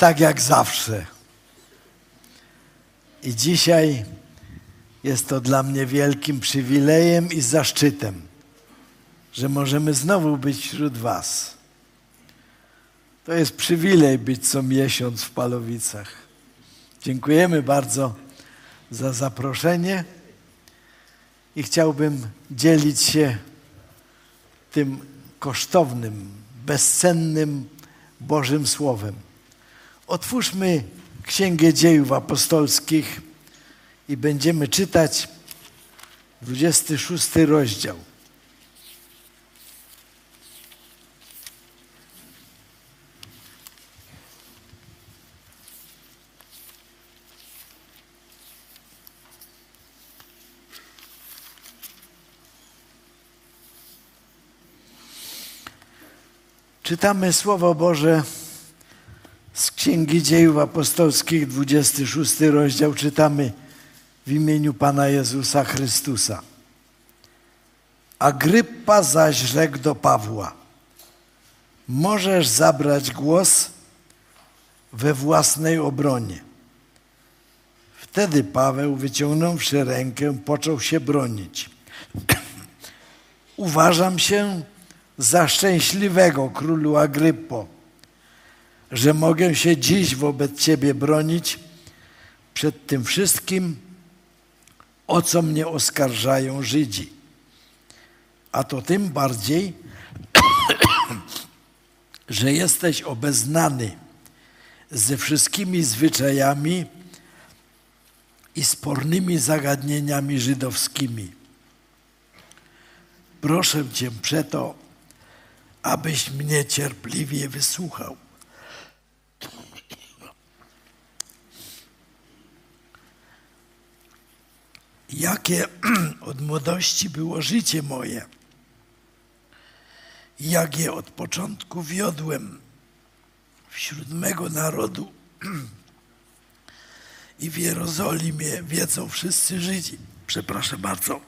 tak jak zawsze. I dzisiaj jest to dla mnie wielkim przywilejem i zaszczytem, że możemy znowu być wśród was. To jest przywilej być co miesiąc w Palowicach. Dziękujemy bardzo za zaproszenie i chciałbym dzielić się tym kosztownym, bezcennym Bożym Słowem. Otwórzmy Księgę Dziejów Apostolskich i będziemy czytać 26 rozdział. Czytamy Słowo Boże z Księgi Dziejów Apostolskich, 26 rozdział. Czytamy w imieniu Pana Jezusa Chrystusa. Agryppa zaś rzekł do Pawła: możesz zabrać głos we własnej obronie. Wtedy Paweł, wyciągnąwszy rękę, począł się bronić. Uważam się za szczęśliwego, królu Agryppo, że mogę się dziś wobec Ciebie bronić przed tym wszystkim, o co mnie oskarżają Żydzi. A to tym bardziej, że jesteś obeznany ze wszystkimi zwyczajami i spornymi zagadnieniami żydowskimi. Proszę Cię przeto, abyś mnie cierpliwie wysłuchał. Jakie od młodości było życie moje, jak je od początku wiodłem wśród mego narodu i w Jerozolimie wiedzą wszyscy Żydzi. Przepraszam bardzo.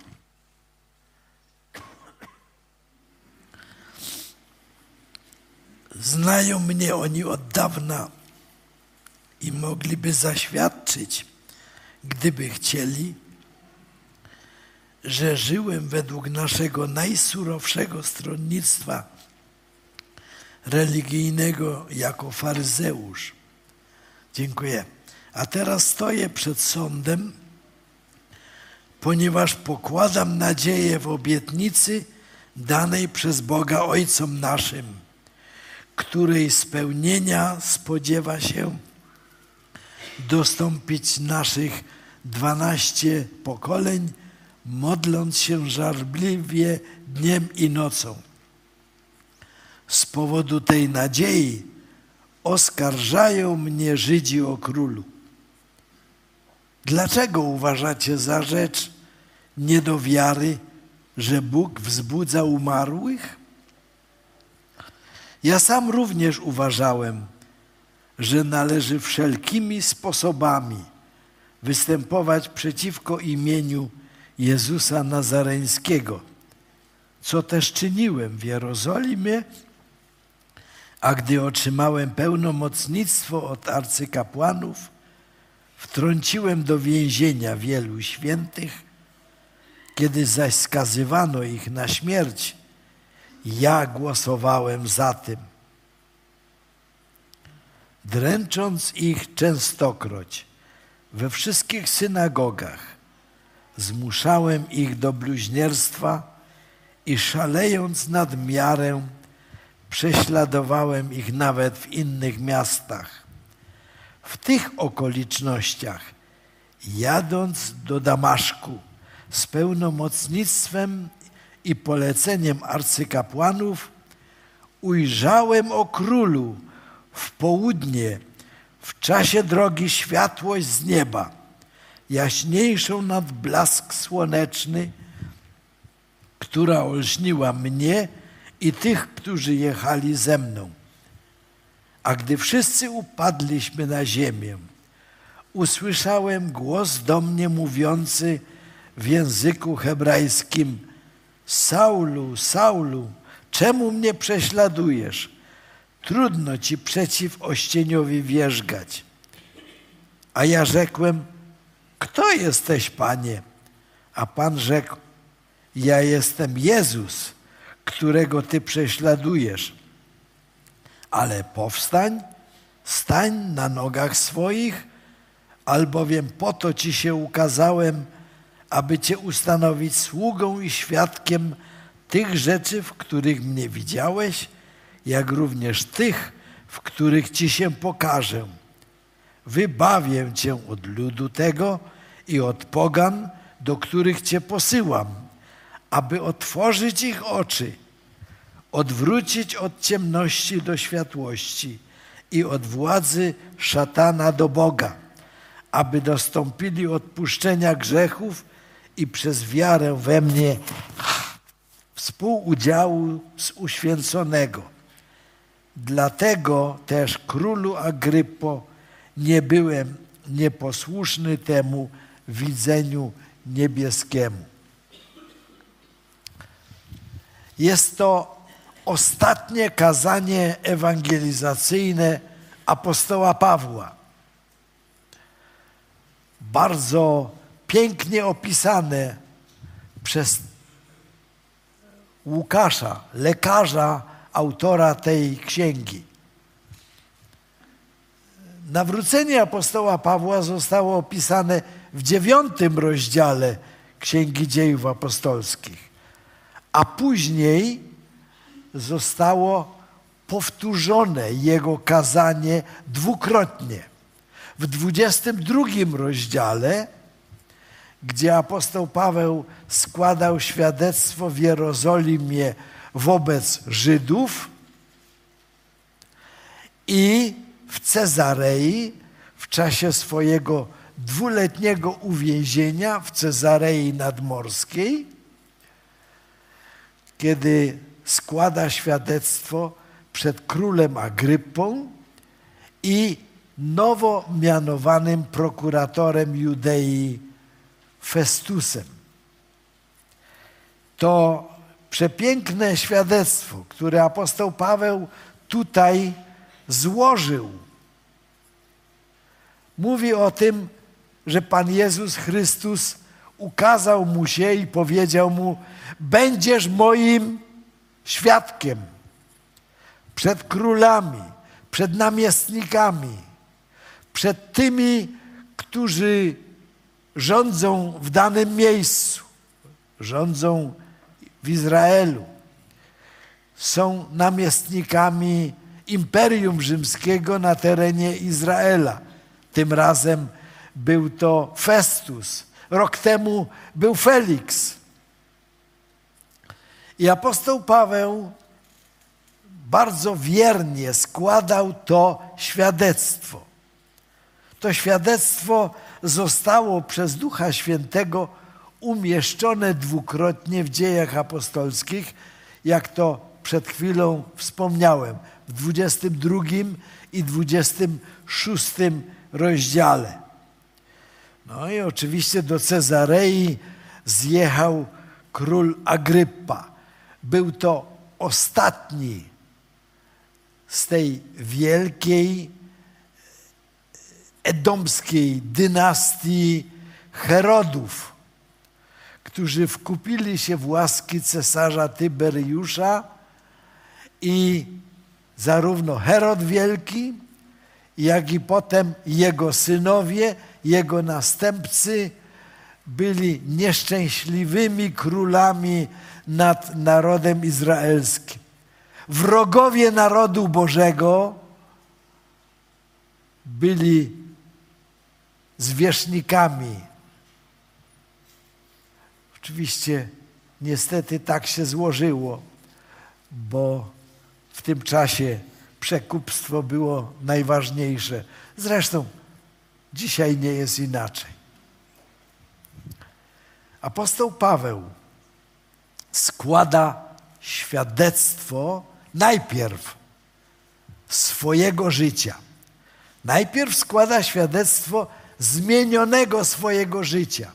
Znają mnie oni od dawna i mogliby zaświadczyć, gdyby chcieli, że żyłem według naszego najsurowszego stronnictwa religijnego jako faryzeusz. Dziękuję. A teraz stoję przed sądem, ponieważ pokładam nadzieję w obietnicy danej przez Boga Ojcom naszym, której spełnienia spodziewa się dostąpić naszych 12 pokoleń, modląc się żarliwie dniem i nocą. Z powodu tej nadziei oskarżają mnie Żydzi o królu. Dlaczego uważacie za rzecz nie do wiary, że Bóg wzbudza umarłych? Ja sam również uważałem, że należy wszelkimi sposobami występować przeciwko imieniu Jezusa Nazareńskiego, co też czyniłem w Jerozolimie, a gdy otrzymałem pełnomocnictwo od arcykapłanów, wtrąciłem do więzienia wielu świętych. Kiedy zaś skazywano ich na śmierć, ja głosowałem za tym, dręcząc ich częstokroć we wszystkich synagogach. Zmuszałem ich do bluźnierstwa i szalejąc nad miarę, prześladowałem ich nawet w innych miastach. W tych okolicznościach, jadąc do Damaszku z pełnomocnictwem i poleceniem arcykapłanów, ujrzałem o królu w południe, w czasie drogi światłość z nieba, jaśniejszą nad blask słoneczny, która olśniła mnie i tych, którzy jechali ze mną. A gdy wszyscy upadliśmy na ziemię, usłyszałem głos do mnie mówiący w języku hebrajskim: Saulu, Saulu, czemu mnie prześladujesz? trudno ci przeciw Ościeniowi wierzgać. A ja rzekłem, kto jesteś, Panie? A Pan rzekł, ja jestem Jezus, którego ty prześladujesz. Ale powstań, stań na nogach swoich, albowiem po to ci się ukazałem, aby cię ustanowić sługą i świadkiem tych rzeczy, w których mnie widziałeś, jak również tych, w których ci się pokażę. Wybawię cię od ludu tego i od pogan, do których cię posyłam, aby otworzyć ich oczy, odwrócić od ciemności do światłości i od władzy szatana do Boga, aby dostąpili odpuszczenia grzechów i przez wiarę we mnie współudziału z uświęconego. Dlatego też, królu Agryppo, nie byłem nieposłuszny temu widzeniu niebieskiemu. Jest to ostatnie kazanie ewangelizacyjne apostoła Pawła. Bardzo pięknie opisane przez Łukasza, lekarza, autora tej księgi. Nawrócenie apostoła Pawła zostało opisane w 9 rozdziale Księgi Dziejów Apostolskich, a później zostało powtórzone jego kazanie dwukrotnie. W 22 rozdziale, gdzie apostoł Paweł składał świadectwo w Jerozolimie wobec Żydów, i w Cezarei w czasie swojego 2-letniego uwięzienia w Cezarei Nadmorskiej, kiedy składa świadectwo przed królem Agryppą i nowo mianowanym prokuratorem Judei Festusem. To przepiękne świadectwo, które apostoł Paweł tutaj złożył, mówi o tym, że Pan Jezus Chrystus ukazał mu się i powiedział mu: będziesz moim świadkiem przed królami, przed namiestnikami, przed tymi, którzy rządzą w danym miejscu, rządzą w Izraelu, są namiestnikami Imperium Rzymskiego na terenie Izraela. Tym razem był to Festus. Rok temu był Feliks. I apostoł Paweł bardzo wiernie składał to świadectwo. To świadectwo zostało przez Ducha Świętego umieszczone dwukrotnie w Dziejach Apostolskich, jak to przed chwilą wspomniałem, w 22 i 26 rozdziale. No i oczywiście do Cezarei zjechał król Agryppa. Był to ostatni z tej wielkiej edomskiej dynastii Herodów, którzy wkupili się w łaski cesarza Tyberiusza, i zarówno Herod Wielki, jak i potem jego synowie, jego następcy byli nieszczęśliwymi królami nad narodem izraelskim. Wrogowie narodu Bożego byli zwierzchnikami. Oczywiście niestety tak się złożyło, bo w tym czasie przekupstwo było najważniejsze. Zresztą dzisiaj nie jest inaczej. Apostoł Paweł składa świadectwo najpierw swojego życia. Najpierw składa świadectwo zmienionego swojego życia.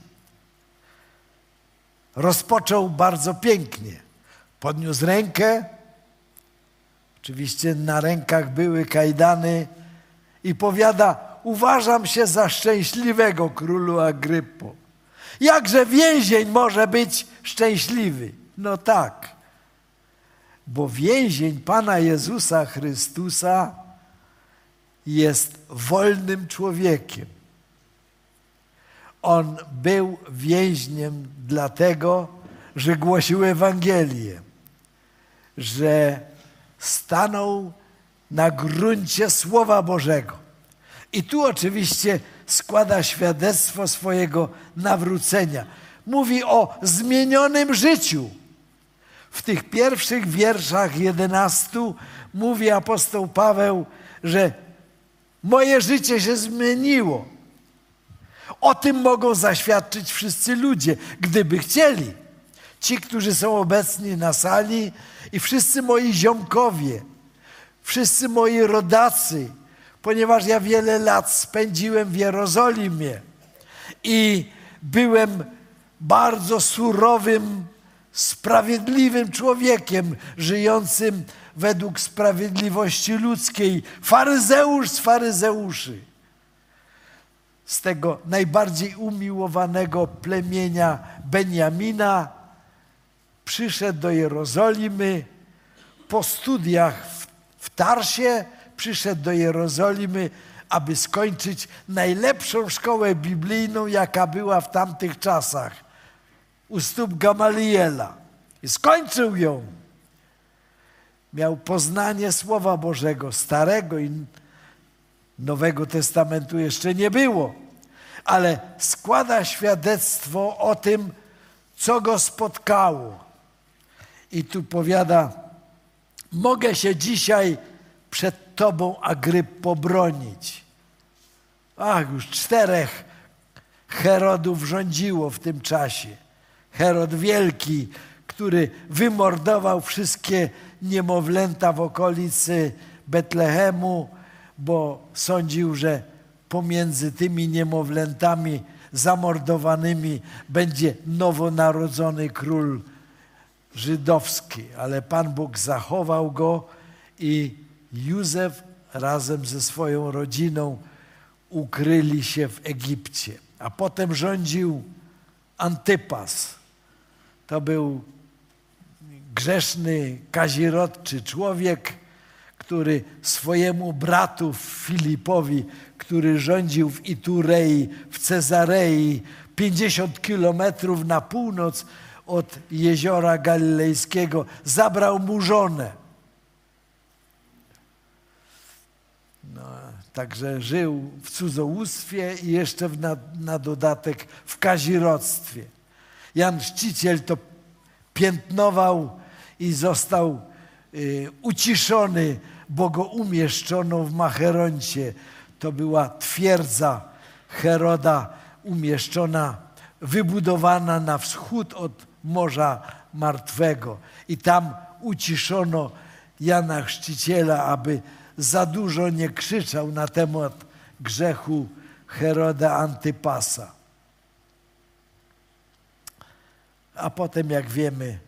Rozpoczął bardzo pięknie. Podniósł rękę, Oczywiście na rękach były kajdany i powiada: uważam się za szczęśliwego, królu Agryppo. Jakże więzień może być szczęśliwy? No tak, bo więzień Pana Jezusa Chrystusa jest wolnym człowiekiem. On był więźniem dlatego, że głosił Ewangelię, że stanął na gruncie Słowa Bożego. I tu oczywiście składa świadectwo swojego nawrócenia. Mówi o zmienionym życiu. W tych pierwszych wierszach 11 mówi apostoł Paweł, że moje życie się zmieniło. O tym mogą zaświadczyć wszyscy ludzie, gdyby chcieli. Ci, którzy są obecni na sali i wszyscy moi ziomkowie, wszyscy moi rodacy, ponieważ ja wiele lat spędziłem w Jerozolimie i byłem bardzo surowym, sprawiedliwym człowiekiem, żyjącym według sprawiedliwości ludzkiej, faryzeusz z faryzeuszy. Z tego najbardziej umiłowanego plemienia Benjamina przyszedł do Jerozolimy. Po studiach w Tarsie przyszedł do Jerozolimy, aby skończyć najlepszą szkołę biblijną, jaka była w tamtych czasach, u stóp Gamaliela. I skończył ją. Miał poznanie Słowa Bożego, Starego i Nowego Testamentu jeszcze nie było, ale składa świadectwo o tym, co go spotkało. I tu powiada: mogę się dzisiaj przed Tobą, Agryppo, bronić. Ach, już 4 Herodów rządziło w tym czasie. Herod Wielki, który wymordował wszystkie niemowlęta w okolicy Betlehemu, bo sądził, że pomiędzy tymi niemowlętami zamordowanymi będzie nowonarodzony król żydowski. Ale Pan Bóg zachował go i Józef razem ze swoją rodziną ukryli się w Egipcie. A potem rządził Antypas. To był grzeszny, kazirodczy człowiek, który swojemu bratu Filipowi, który rządził w Iturei, w Cezarei, 50 kilometrów na północ od jeziora Galilejskiego, zabrał mu żonę. No, także żył w cudzołóstwie i jeszcze na dodatek w kazirodztwie. Jan Chrzciciel to piętnował i został uciszony, bo go umieszczono w Macheroncie. To była twierdza Heroda umieszczona, wybudowana na wschód od Morza Martwego. I tam uciszono Jana Chrzciciela, aby za dużo nie krzyczał na temat grzechu Heroda Antypasa. A potem, jak wiemy,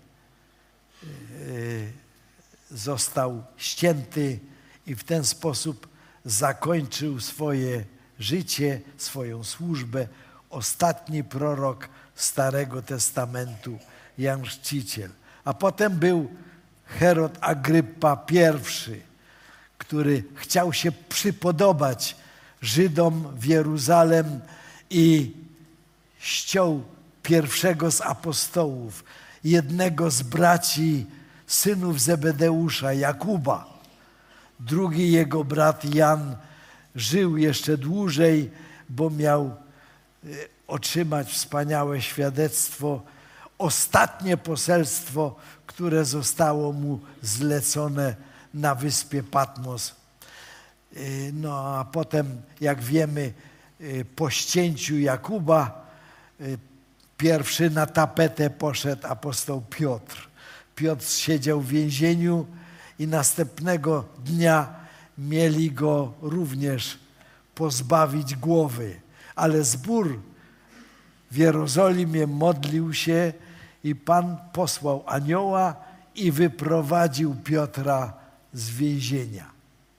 został ścięty i w ten sposób zakończył swoje życie, swoją służbę ostatni prorok Starego Testamentu, Jan Chrzciciel. A potem był Herod Agryppa I, który chciał się przypodobać Żydom w Jeruzalem i ściął pierwszego z apostołów, jednego z braci synów Zebedeusza, Jakuba. Drugi jego brat Jan żył jeszcze dłużej, bo miał otrzymać wspaniałe świadectwo, ostatnie poselstwo, które zostało mu zlecone na wyspie Patmos. No a potem, jak wiemy, po ścięciu Jakuba pierwszy na tapetę poszedł apostoł Piotr. Piotr siedział w więzieniu i następnego dnia mieli go również pozbawić głowy. Ale zbór w Jerozolimie modlił się i Pan posłał anioła i wyprowadził Piotra z więzienia.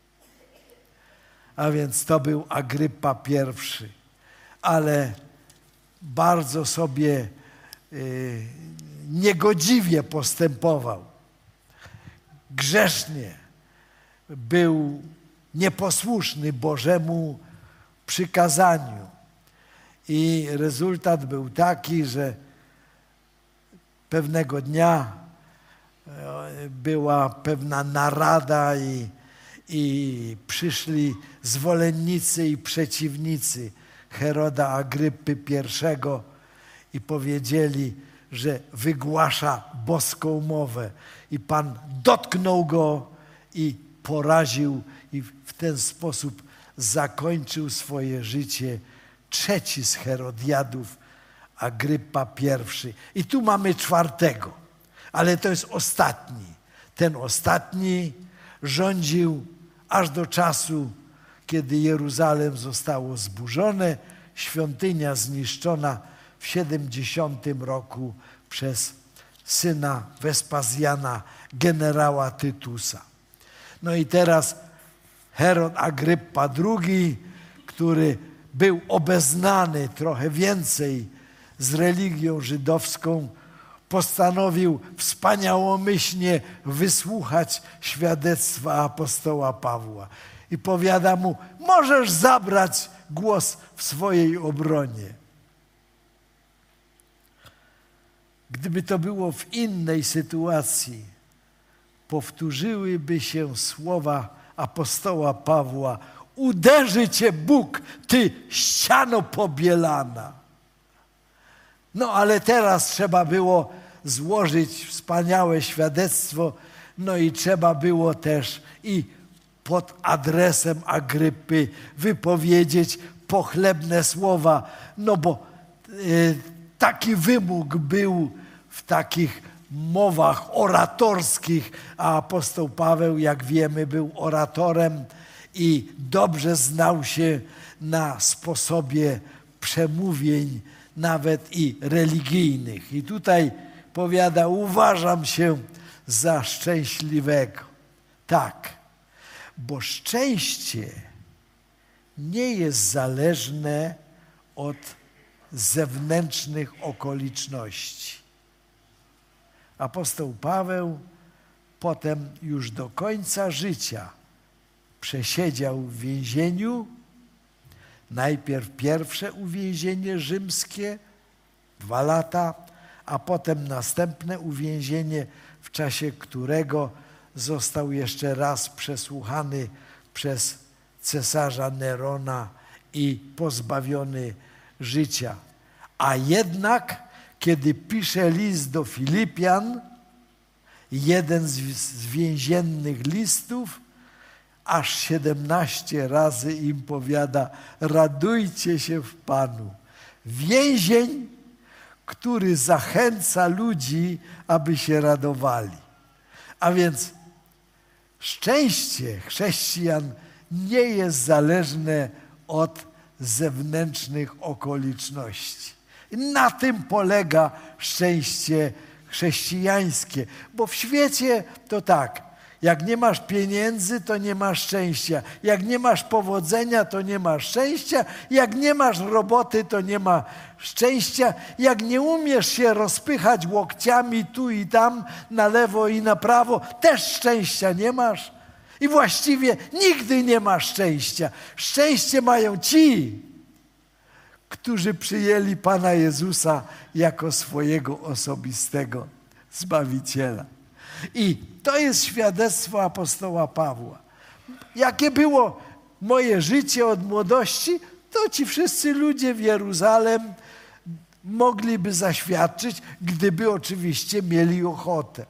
A więc to był Agrypa I, ale bardzo sobie niegodziwie postępował. Grzesznie był nieposłuszny Bożemu przykazaniu. I rezultat był taki, że pewnego dnia była pewna narada i przyszli zwolennicy i przeciwnicy Heroda Agrypy I i powiedzieli, że wygłasza boską mowę. I Pan dotknął go i poraził i w ten sposób zakończył swoje życie trzeci z Herodiadów, Agrypa I. I tu mamy czwartego, ale to jest ostatni. Ten ostatni rządził aż do czasu, kiedy Jeruzalem zostało zburzone, świątynia zniszczona w 70 roku przez syna Wespazjana, generała Tytusa. No i teraz Herod Agrypa II, który był obeznany trochę więcej z religią żydowską, postanowił wspaniałomyślnie wysłuchać świadectwa apostoła Pawła. I powiada mu, możesz zabrać głos w swojej obronie. Gdyby to było w innej sytuacji, powtórzyłyby się słowa apostoła Pawła: uderzy cię Bóg, ty ściano pobielana. No ale teraz trzeba było złożyć wspaniałe świadectwo, no i trzeba było też i pod adresem Agrypy wypowiedzieć pochlebne słowa, no bo taki wymóg był w takich mowach oratorskich, a apostoł Paweł, jak wiemy, był oratorem i dobrze znał się na sposobie przemówień, nawet i religijnych. I tutaj powiada, uważam się za szczęśliwego. Tak, bo szczęście nie jest zależne od zewnętrznych okoliczności. Apostoł Paweł potem już do końca życia przesiedział w więzieniu, najpierw pierwsze uwięzienie rzymskie, 2 lata, a potem następne uwięzienie, w czasie którego został jeszcze raz przesłuchany przez cesarza Nerona i pozbawiony życia. A jednak, kiedy pisze list do Filipian, jeden z więziennych listów, aż 17 razy im powiada, radujcie się w Panu. Więzień, który zachęca ludzi, aby się radowali. A więc szczęście chrześcijan nie jest zależne od zewnętrznych okoliczności. Na tym polega szczęście chrześcijańskie, bo w świecie to tak, jak nie masz pieniędzy, to nie masz szczęścia. Jak nie masz powodzenia, to nie masz szczęścia. Jak nie masz roboty, to nie ma szczęścia. Jak nie umiesz się rozpychać łokciami tu i tam, na lewo i na prawo, też szczęścia nie masz. I właściwie nigdy nie masz szczęścia. Szczęście mają ci, którzy przyjęli Pana Jezusa jako swojego osobistego Zbawiciela. I to jest świadectwo apostoła Pawła. Jakie było moje życie od młodości, to ci wszyscy ludzie w Jeruzalem mogliby zaświadczyć, gdyby oczywiście mieli ochotę.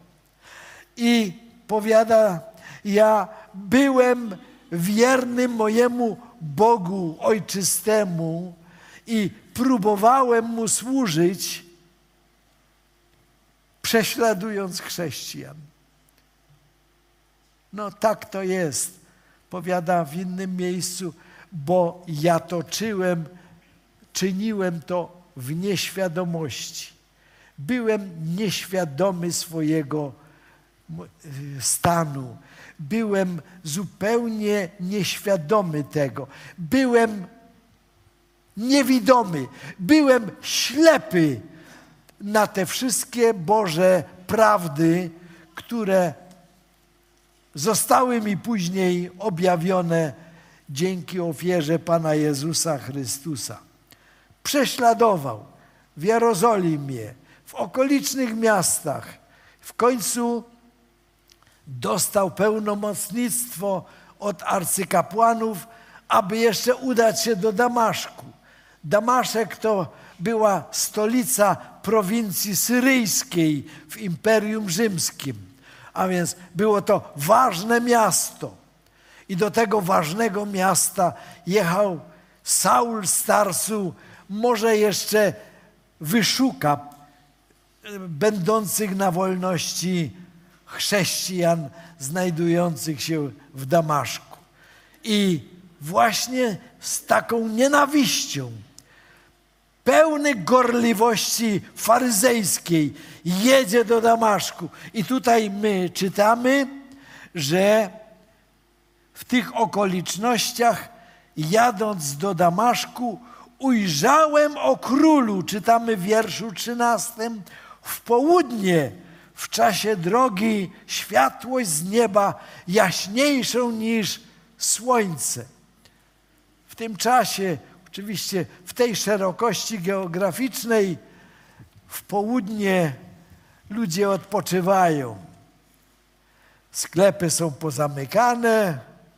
I powiada, ja byłem wierny mojemu Bogu ojczystemu i próbowałem Mu służyć, prześladując chrześcijan. No tak to jest, powiada w innym miejscu, bo ja to czyniłem to w nieświadomości. Byłem nieświadomy swojego stanu. Byłem zupełnie nieświadomy tego. Byłem niewidomy. Byłem ślepy na te wszystkie Boże prawdy, które zostały mi później objawione dzięki ofierze Pana Jezusa Chrystusa. Prześladował w Jerozolimie, w okolicznych miastach. W końcu dostał pełnomocnictwo od arcykapłanów, aby jeszcze udać się do Damaszku. Damaszek to była stolica prowincji syryjskiej w Imperium Rzymskim. A więc było to ważne miasto. I do tego ważnego miasta jechał Saul z Tarsu. Może jeszcze wyszuka będących na wolności chrześcijan znajdujących się w Damaszku. I właśnie z taką nienawiścią, pełny gorliwości faryzejskiej, jedzie do Damaszku. I tutaj my czytamy, że w tych okolicznościach, jadąc do Damaszku, ujrzałem o królu, czytamy w wierszu 13, w południe, w czasie drogi, światłość z nieba jaśniejszą niż słońce. W tym czasie, oczywiście w tej szerokości geograficznej, w południe ludzie odpoczywają. Sklepy są pozamykane,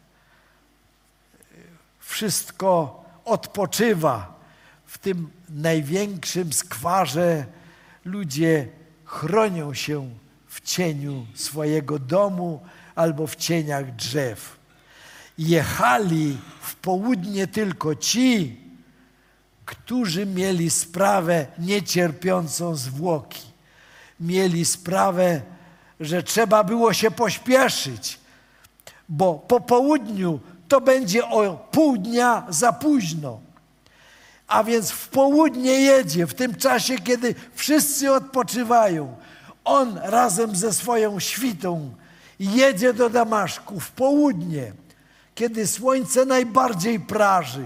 wszystko odpoczywa. W tym największym skwarze ludzie chronią się w cieniu swojego domu albo w cieniach drzew. Jechali w południe tylko ci, którzy mieli sprawę niecierpiącą zwłoki. Mieli sprawę, że trzeba było się pośpieszyć, bo po południu to będzie o pół dnia za późno. A więc w południe jedzie, w tym czasie, kiedy wszyscy odpoczywają. On razem ze swoją świtą jedzie do Damaszku w południe, kiedy słońce najbardziej praży.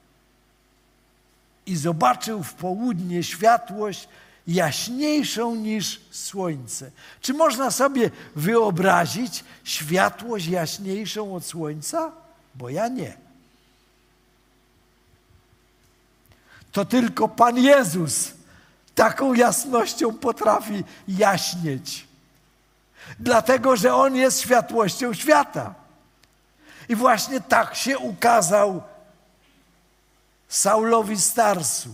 I zobaczył w południe światłość jaśniejszą niż słońce. Czy można sobie wyobrazić światłość jaśniejszą od słońca? Bo ja nie. To tylko Pan Jezus taką jasnością potrafi jaśnieć. Dlatego, że On jest światłością świata. I właśnie tak się ukazał Saulowi z Tarsu.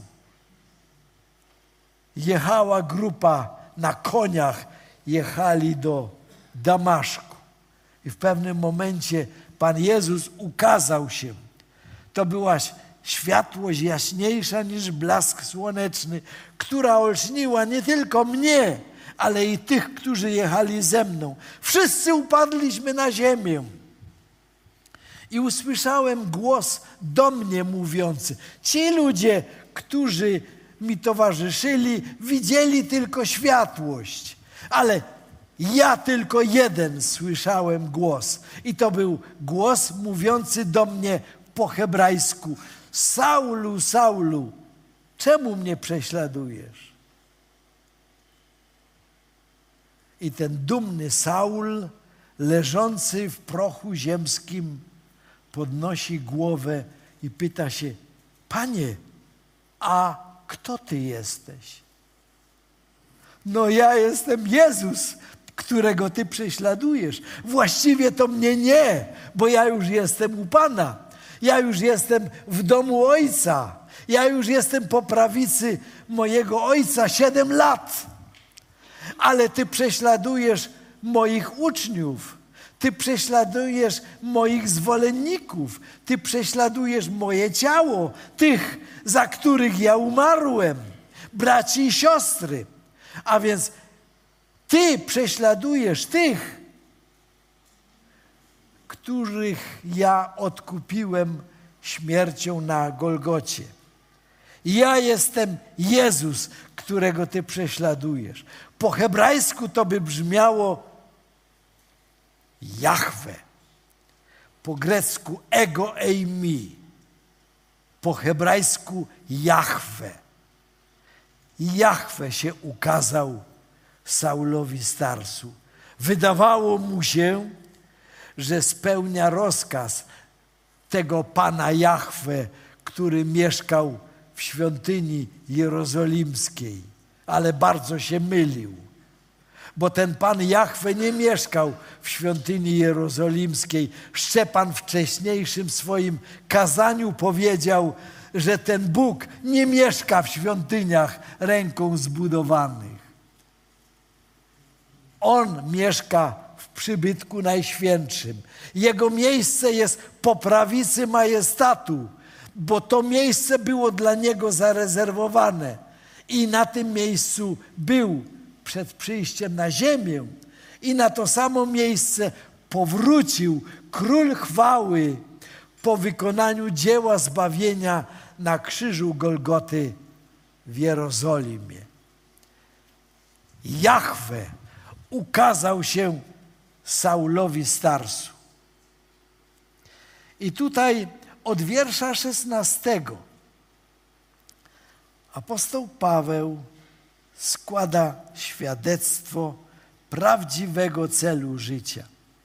Jechała grupa na koniach, jechali do Damaszku. I w pewnym momencie Pan Jezus ukazał się. To była światłość jaśniejsza niż blask słoneczny, która olśniła nie tylko mnie, ale i tych, którzy jechali ze mną. Wszyscy upadliśmy na ziemię. I usłyszałem głos do mnie mówiący. Ci ludzie, którzy mi towarzyszyli, widzieli tylko światłość. Ale ja tylko jeden słyszałem głos. I to był głos mówiący do mnie po hebrajsku. Saulu, Saulu, czemu mnie prześladujesz? I ten dumny Saul, leżący w prochu ziemskim, podnosi głowę i pyta się: Panie, a kto Ty jesteś? No ja jestem Jezus, którego Ty prześladujesz. Właściwie to mnie nie, bo ja już jestem u Pana. Ja już jestem w domu Ojca. Ja już jestem po prawicy mojego Ojca 7 lat. Ale Ty prześladujesz moich uczniów. Ty prześladujesz moich zwolenników. Ty prześladujesz moje ciało, tych, za których ja umarłem, braci i siostry. A więc Ty prześladujesz tych, których ja odkupiłem śmiercią na Golgocie. Ja jestem Jezus, którego Ty prześladujesz. Po hebrajsku to by brzmiało: Jahwe, po grecku ego eimi, po hebrajsku Jahwe. Jahwe się ukazał Saulowi z Tarsu. Wydawało mu się, że spełnia rozkaz tego Pana Jahwe, który mieszkał w świątyni jerozolimskiej, ale bardzo się mylił, bo ten Pan Jahwe nie mieszkał w świątyni jerozolimskiej. Szczepan w wcześniejszym swoim kazaniu powiedział, że ten Bóg nie mieszka w świątyniach ręką zbudowanych. On mieszka w przybytku najświętszym. Jego miejsce jest po prawicy majestatu, bo to miejsce było dla Niego zarezerwowane. I na tym miejscu był przed przyjściem na ziemię. I na to samo miejsce powrócił Król Chwały po wykonaniu dzieła zbawienia na krzyżu Golgoty w Jerozolimie. Jahwe ukazał się Saulowi z Tarsu. I tutaj od wiersza 16 apostoł Paweł składa świadectwo prawdziwego celu życia.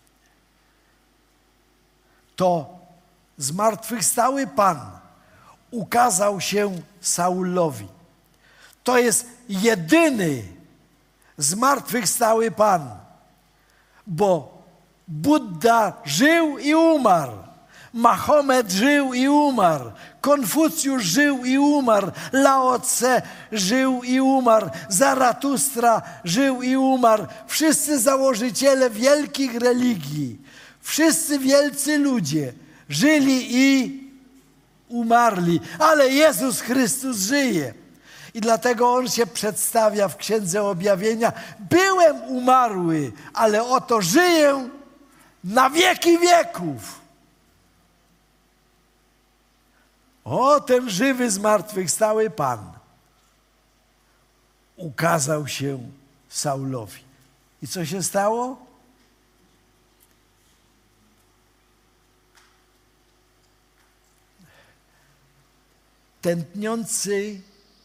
To zmartwychwstały Pan ukazał się Saulowi. To jest jedyny zmartwychwstały Pan, bo Budda żył i umarł, Mahomet żył i umarł, Konfucjusz żył i umarł, Lao Tse żył i umarł, Zaratustra żył i umarł. Wszyscy założyciele wielkich religii, wszyscy wielcy ludzie żyli i umarli, ale Jezus Chrystus żyje. I dlatego On się przedstawia w Księdze Objawienia: byłem umarły, ale oto żyję na wieki wieków. O, ten żywy, zmartwychwstały Pan ukazał się Saulowi. I co się stało? Tętniący,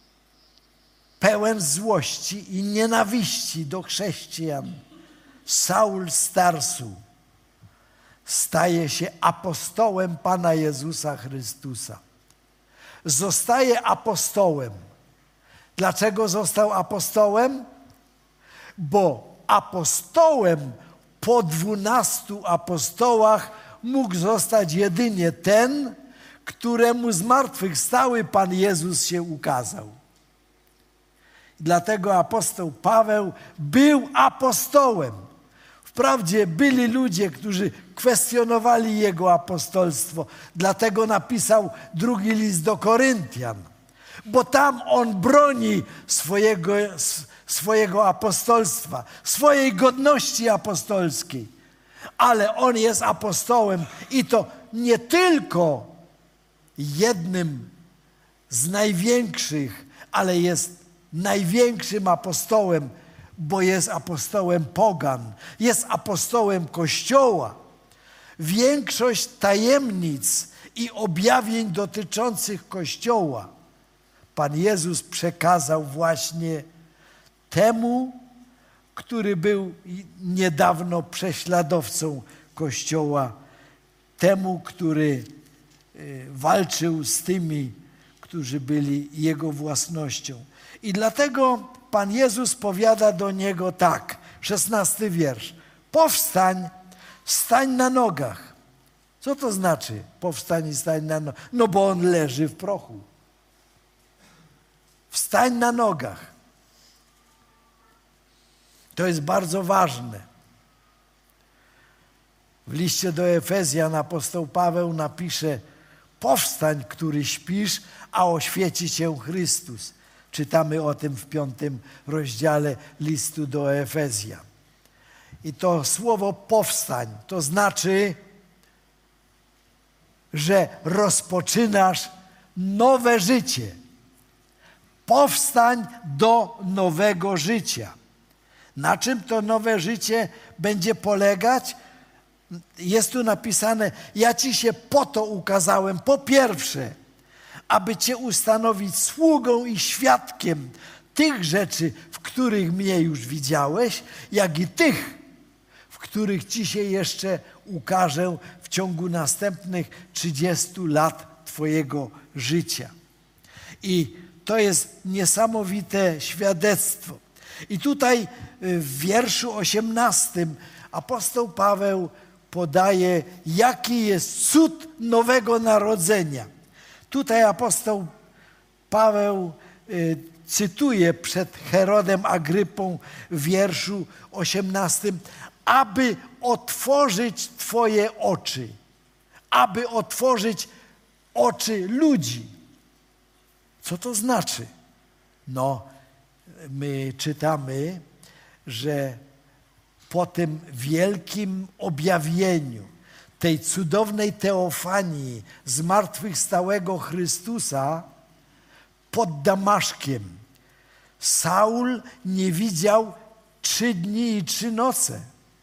pełen złości i nienawiści do chrześcijan, Saul z Tarsu staje się apostołem Pana Jezusa Chrystusa. Zostaje apostołem. Dlaczego został apostołem? Bo apostołem po 12 apostołach mógł zostać jedynie ten, któremu zmartwychwstały Pan Jezus się ukazał. Dlatego apostoł Paweł był apostołem. Wprawdzie byli ludzie, którzy kwestionowali jego apostolstwo. Dlatego napisał drugi list do Koryntian. Bo tam on broni swojego apostolstwa, swojej godności apostolskiej. Ale on jest apostołem i to nie tylko jednym z największych, ale jest największym apostołem, bo jest apostołem pogan, jest apostołem Kościoła. Większość tajemnic i objawień dotyczących Kościoła Pan Jezus przekazał właśnie temu, który był niedawno prześladowcą Kościoła, temu, który walczył z tymi, którzy byli Jego własnością. I dlatego Pan Jezus powiada do niego tak, 16 wiersz. Powstań, stań na nogach. Co to znaczy powstań i stań na nogach? No bo on leży w prochu. Wstań na nogach. To jest bardzo ważne. W liście do Efezjan apostoł Paweł napisze: powstań, który śpisz, a oświeci cię Chrystus. Czytamy o tym w 5 rozdziale listu do Efezjan. I to słowo powstań to znaczy, że rozpoczynasz nowe życie. Powstań do nowego życia. Na czym to nowe życie będzie polegać? jest tu napisane, ja ci się po to ukazałem, po pierwsze, aby cię ustanowić sługą i świadkiem tych rzeczy, w których mnie już widziałeś, jak i tych, w których ci się jeszcze ukażę w ciągu następnych 30 lat twojego życia. I to jest niesamowite świadectwo. I tutaj w wierszu 18 apostoł Paweł podaje, jaki jest cud nowego narodzenia. Tutaj apostoł Paweł cytuje przed Herodem Agrypą w wierszu 18, aby otworzyć twoje oczy, aby otworzyć oczy ludzi. Co to znaczy? No, my czytamy, że po tym wielkim objawieniu, tej cudownej teofanii zmartwychwstałego Chrystusa pod Damaszkiem, Saul nie widział 3 dni i 3 noce.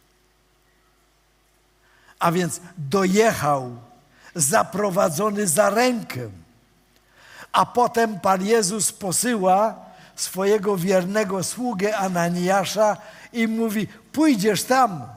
A więc dojechał zaprowadzony za rękę. A potem Pan Jezus posyła swojego wiernego sługę Ananiasza i mówi, pójdziesz tam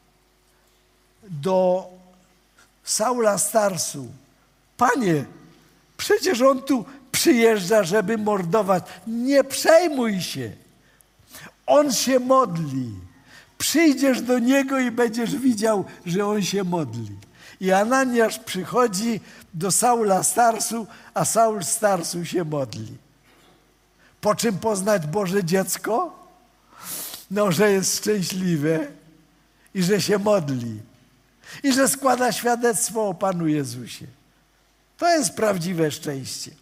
do Saula z Tarsu. Panie, przecież on tu przyjeżdża, żeby mordować. Nie przejmuj się. On się modli. Przyjdziesz do niego i będziesz widział, że on się modli. I Ananiasz przychodzi do Saula z Tarsu, a Saul z Tarsu się modli. Po czym poznać Boże dziecko? No, że jest szczęśliwe i że się modli. I że składa świadectwo o Panu Jezusie. To jest prawdziwe szczęście.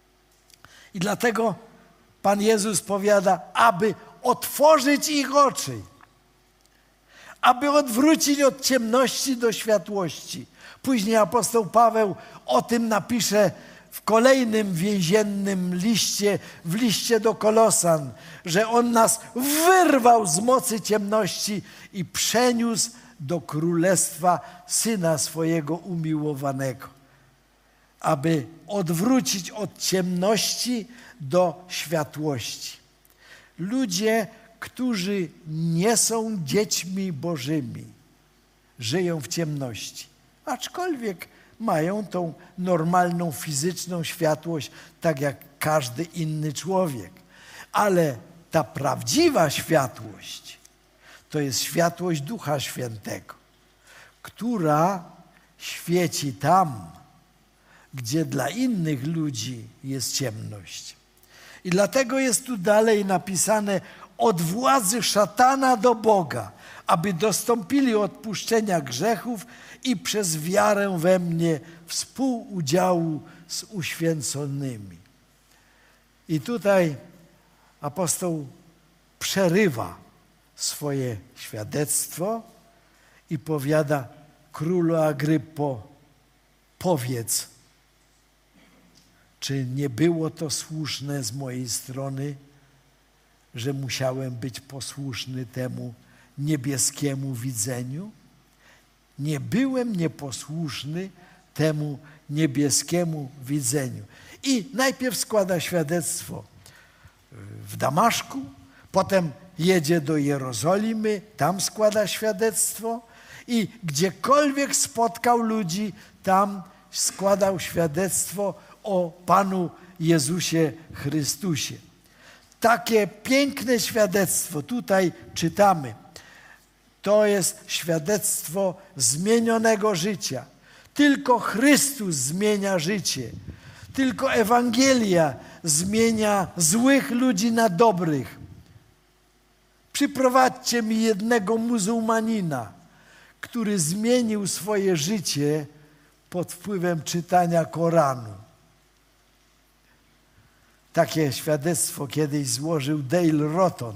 I dlatego Pan Jezus powiada, aby otworzyć ich oczy, aby odwrócić od ciemności do światłości. Później apostoł Paweł o tym napisze w kolejnym więziennym liście, w liście do Kolosan, że on nas wyrwał z mocy ciemności i przeniósł do królestwa Syna swojego umiłowanego, aby odwrócić od ciemności do światłości. Ludzie, którzy nie są dziećmi Bożymi, żyją w ciemności, aczkolwiek mają tą normalną fizyczną światłość, tak jak każdy inny człowiek. Ale ta prawdziwa światłość to jest światłość Ducha Świętego, która świeci tam, gdzie dla innych ludzi jest ciemność. I dlatego jest tu dalej napisane od władzy szatana do Boga, aby dostąpili odpuszczenia grzechów i przez wiarę we mnie współudziału z uświęconymi. I tutaj apostoł przerywa swoje świadectwo i powiada, królu Agryppo, powiedz, czy nie było to słuszne z mojej strony, że musiałem być posłuszny temu niebieskiemu widzeniu? Nie byłem nieposłuszny temu niebieskiemu widzeniu. I najpierw składa świadectwo w Damaszku, potem jedzie do Jerozolimy, tam składa świadectwo i gdziekolwiek spotkał ludzi, tam składał świadectwo o Panu Jezusie Chrystusie. Takie piękne świadectwo tutaj czytamy. To jest świadectwo zmienionego życia. Tylko Chrystus zmienia życie. Tylko Ewangelia zmienia złych ludzi na dobrych. Przyprowadźcie mi jednego muzułmanina, który zmienił swoje życie pod wpływem czytania Koranu. Takie świadectwo kiedyś złożył Dale Roton,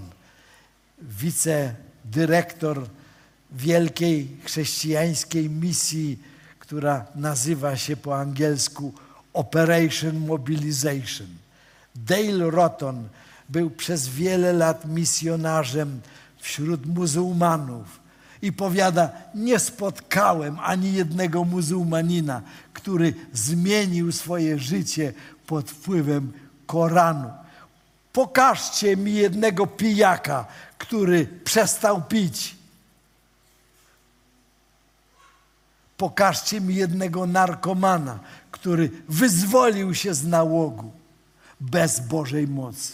wicedyrektor wielkiej chrześcijańskiej misji, która nazywa się po angielsku Operation Mobilization. Dale Roton był przez wiele lat misjonarzem wśród muzułmanów I powiada, nie spotkałem ani jednego muzułmanina, który zmienił swoje życie pod wpływem Koranu. Pokażcie mi jednego pijaka, który przestał pić. Pokażcie mi jednego narkomana, który wyzwolił się z nałogu bez Bożej mocy.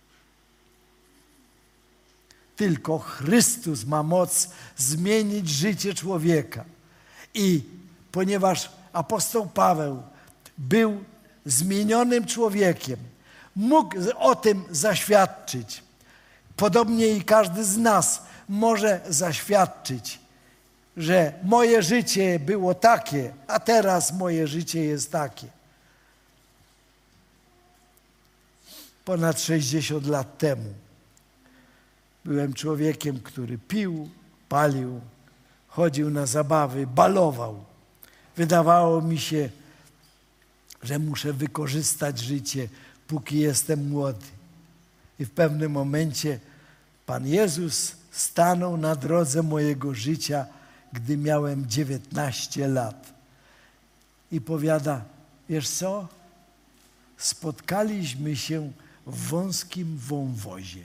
Tylko Chrystus ma moc zmienić życie człowieka. I ponieważ apostoł Paweł był zmienionym człowiekiem, mógł o tym zaświadczyć. Podobnie i każdy z nas może zaświadczyć, że moje życie było takie, a teraz moje życie jest takie. Ponad 60 lat temu byłem człowiekiem, który pił, palił, chodził na zabawy, balował. Wydawało mi się, że muszę wykorzystać życie, póki jestem młody. I w pewnym momencie Pan Jezus stanął na drodze mojego życia, gdy miałem 19 lat. I powiada, wiesz co? Spotkaliśmy się w wąskim wąwozie.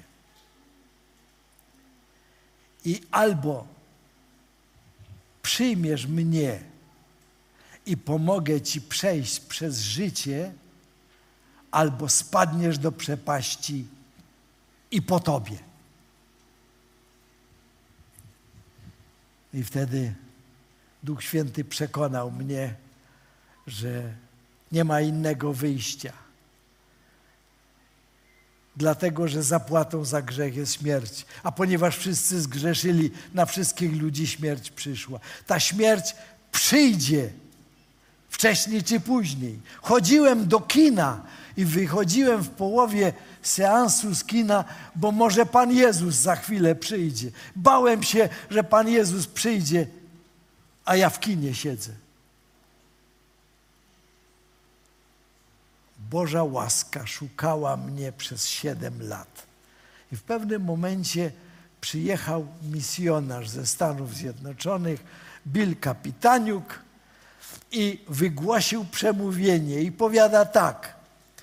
I albo przyjmiesz mnie i pomogę ci przejść przez życie, albo spadniesz do przepaści i po tobie. I wtedy Duch Święty przekonał mnie, że nie ma innego wyjścia. Dlatego, że zapłatą za grzech jest śmierć. A ponieważ wszyscy zgrzeszyli, na wszystkich ludzi śmierć przyszła. Ta śmierć przyjdzie wcześniej czy później. Chodziłem do kina i wychodziłem w połowie seansu z kina, bo może Pan Jezus za chwilę przyjdzie. Bałem się, że Pan Jezus przyjdzie, a ja w kinie siedzę. Boża łaska szukała mnie przez 7 lat. I w pewnym momencie przyjechał misjonarz ze Stanów Zjednoczonych, Bill Kapitaniuk, i wygłosił przemówienie i powiada tak: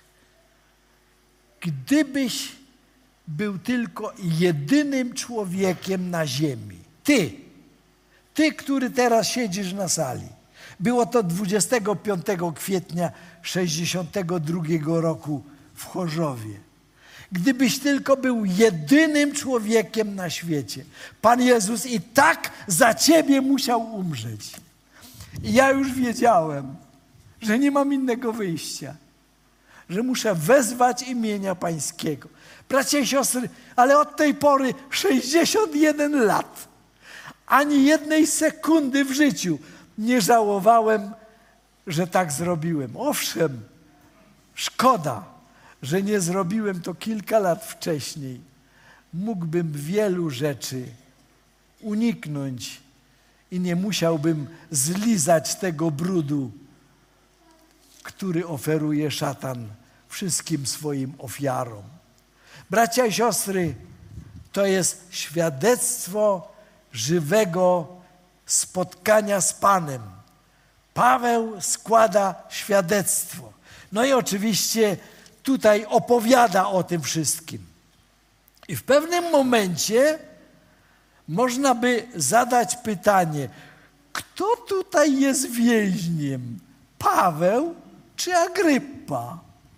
gdybyś był tylko jedynym człowiekiem na ziemi, ty, który teraz siedzisz na sali. Było to 25 kwietnia 1962 roku w Chorzowie. Gdybyś tylko był jedynym człowiekiem na świecie, Pan Jezus i tak za ciebie musiał umrzeć. I ja już wiedziałem, że nie mam innego wyjścia, że muszę wezwać imienia Pańskiego. Bracia i siostry, ale od tej pory 61 lat, ani jednej sekundy w życiu nie żałowałem, że tak zrobiłem. Owszem, szkoda, że nie zrobiłem to kilka lat wcześniej. Mógłbym wielu rzeczy uniknąć i nie musiałbym zlizać tego brudu, który oferuje szatan wszystkim swoim ofiarom. Bracia i siostry, to jest świadectwo żywego spotkania z Panem. Paweł składa świadectwo. No i oczywiście tutaj opowiada o tym wszystkim. I w pewnym momencie można by zadać pytanie, kto tutaj jest więźniem? Paweł czy Agrypa?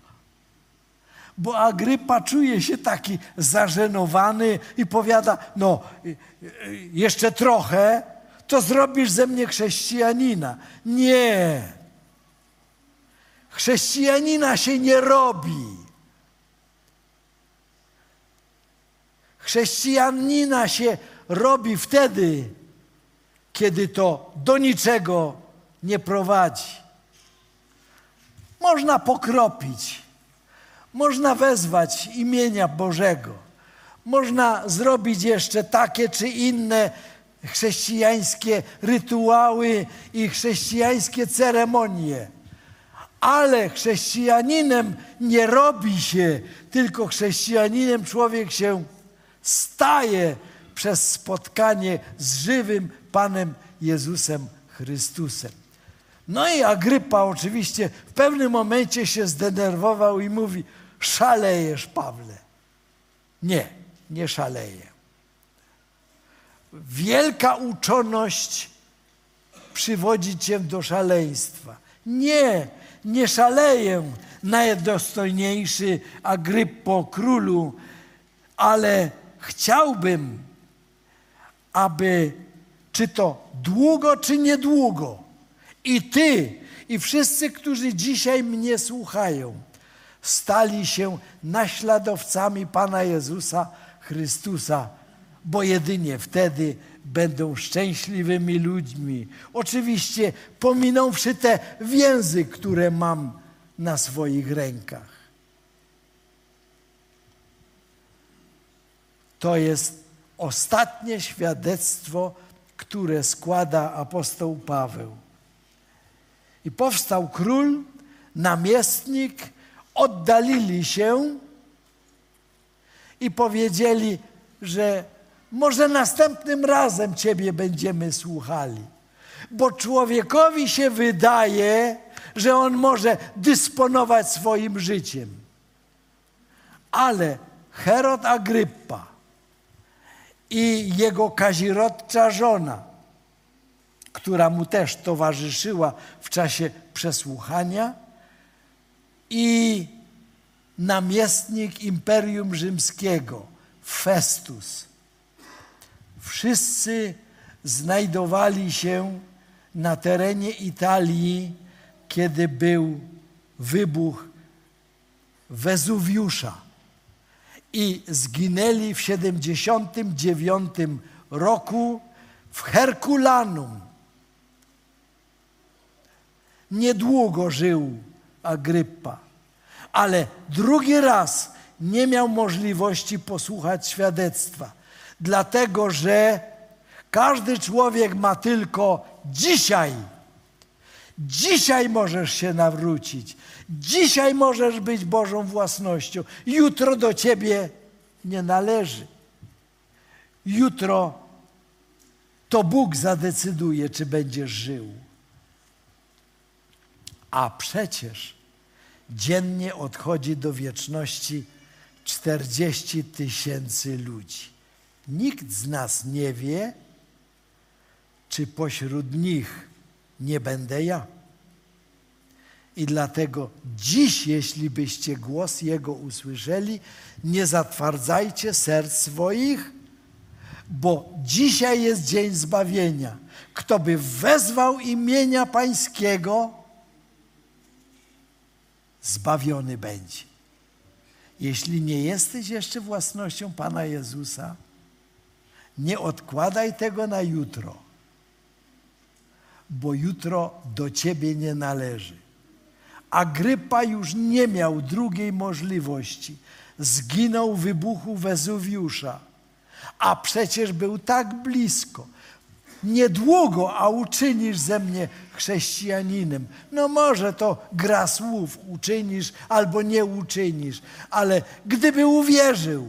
Bo Agrypa czuje się taki zażenowany i powiada, no jeszcze trochę, to zrobisz ze mnie chrześcijanina. Nie. Chrześcijanina się nie robi. Chrześcijanina się robi wtedy, kiedy to do niczego nie prowadzi. Można pokropić, można wezwać imienia Bożego, można zrobić jeszcze takie czy inne chrześcijańskie rytuały i chrześcijańskie ceremonie. Ale chrześcijaninem nie robi się, tylko chrześcijaninem człowiek się staje przez spotkanie z żywym Panem Jezusem Chrystusem. No i Agrypa oczywiście w pewnym momencie się zdenerwował i mówi: szalejesz, Pawle. Nie, nie szaleję. Wielka uczoność przywodzi cię do szaleństwa. Nie, nie szaleję, najdostojniejszy Agryppo, królu, ale chciałbym, aby czy to długo, czy niedługo i ty, i wszyscy, którzy dzisiaj mnie słuchają, stali się naśladowcami Pana Jezusa Chrystusa, bo jedynie wtedy będą szczęśliwymi ludźmi. Oczywiście pominąwszy te więzy, które mam na swoich rękach. To jest ostatnie świadectwo, które składa apostoł Paweł. I powstał król, namiestnik, oddalili się i powiedzieli, że może następnym razem Ciebie będziemy słuchali. Bo człowiekowi się wydaje, że on może dysponować swoim życiem. Ale Herod Agryppa i jego kazirodcza żona, która mu też towarzyszyła w czasie przesłuchania, i namiestnik Imperium Rzymskiego, Festus, wszyscy znajdowali się na terenie Italii, kiedy był wybuch Wezuwiusza i zginęli w 79 roku w Herkulanum. Niedługo żył Agryppa, ale drugi raz nie miał możliwości posłuchać świadectwa, dlatego że każdy człowiek ma tylko dzisiaj. Dzisiaj możesz się nawrócić. Dzisiaj możesz być Bożą własnością. Jutro do ciebie nie należy. Jutro to Bóg zadecyduje, czy będziesz żył. A przecież dziennie odchodzi do wieczności 40 000 ludzi. Nikt z nas nie wie, czy pośród nich nie będę ja. I dlatego dziś, jeśli byście głos Jego usłyszeli, nie zatwardzajcie serc swoich, bo dzisiaj jest dzień zbawienia. Kto by wezwał imienia Pańskiego, zbawiony będzie. Jeśli nie jesteś jeszcze własnością Pana Jezusa, nie odkładaj tego na jutro, bo jutro do ciebie nie należy. Agrypa już nie miał drugiej możliwości. Zginął w wybuchu Wezuwiusza, a przecież był tak blisko. Niedługo, a uczynisz ze mnie chrześcijaninem. No może to gra słów, uczynisz albo nie uczynisz, ale gdyby uwierzył,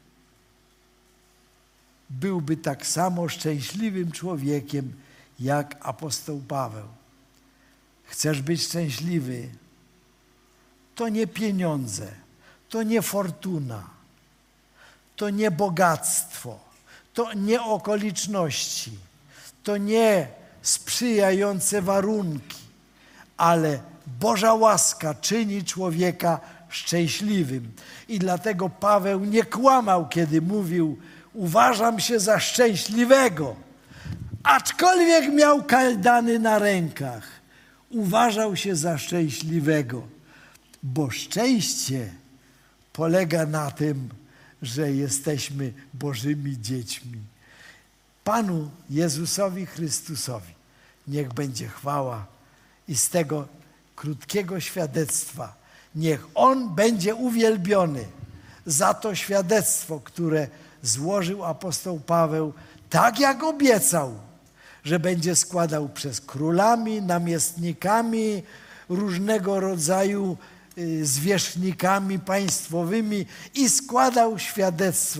byłby tak samo szczęśliwym człowiekiem jak apostoł Paweł. Chcesz być szczęśliwy? To nie pieniądze, to nie fortuna, to nie bogactwo, to nie okoliczności, to nie sprzyjające warunki, ale Boża łaska czyni człowieka szczęśliwym. I dlatego Paweł nie kłamał, kiedy mówił: uważam się za szczęśliwego, aczkolwiek miał kajdany na rękach. Uważał się za szczęśliwego, bo szczęście polega na tym, że jesteśmy Bożymi dziećmi. Panu Jezusowi Chrystusowi niech będzie chwała i z tego krótkiego świadectwa niech On będzie uwielbiony za to świadectwo, które złożył apostoł Paweł, tak jak obiecał, że będzie składał przez królami, namiestnikami, różnego rodzaju zwierzchnikami państwowymi i składał świadectwo,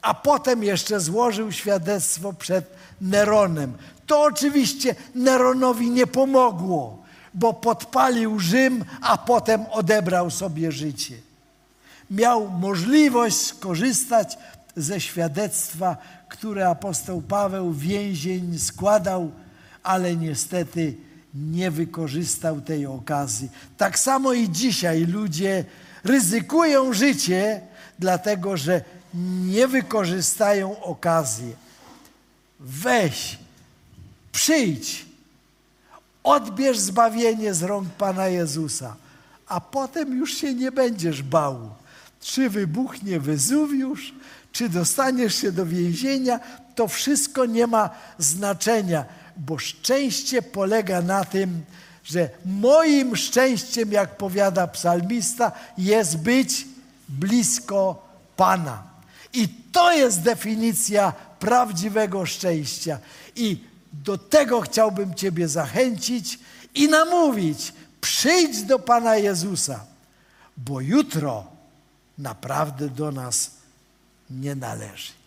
a potem jeszcze złożył świadectwo przed Neronem. To oczywiście Neronowi nie pomogło, bo podpalił Rzym, a potem odebrał sobie życie. Miał możliwość skorzystać ze świadectwa, które apostoł Paweł więzień składał, ale niestety nie wykorzystał tej okazji. Tak samo i dzisiaj ludzie ryzykują życie, dlatego że nie wykorzystają okazji. Weź, przyjdź, odbierz zbawienie z rąk Pana Jezusa, a potem już się nie będziesz bał. Czy wybuchnie Wezuwiusz, czy dostaniesz się do więzienia, to wszystko nie ma znaczenia, bo szczęście polega na tym, że moim szczęściem, jak powiada psalmista, jest być blisko Pana. I to jest definicja prawdziwego szczęścia. I do tego chciałbym Ciebie zachęcić i namówić. Przyjdź do Pana Jezusa, bo jutro naprawdę do nas nie należy.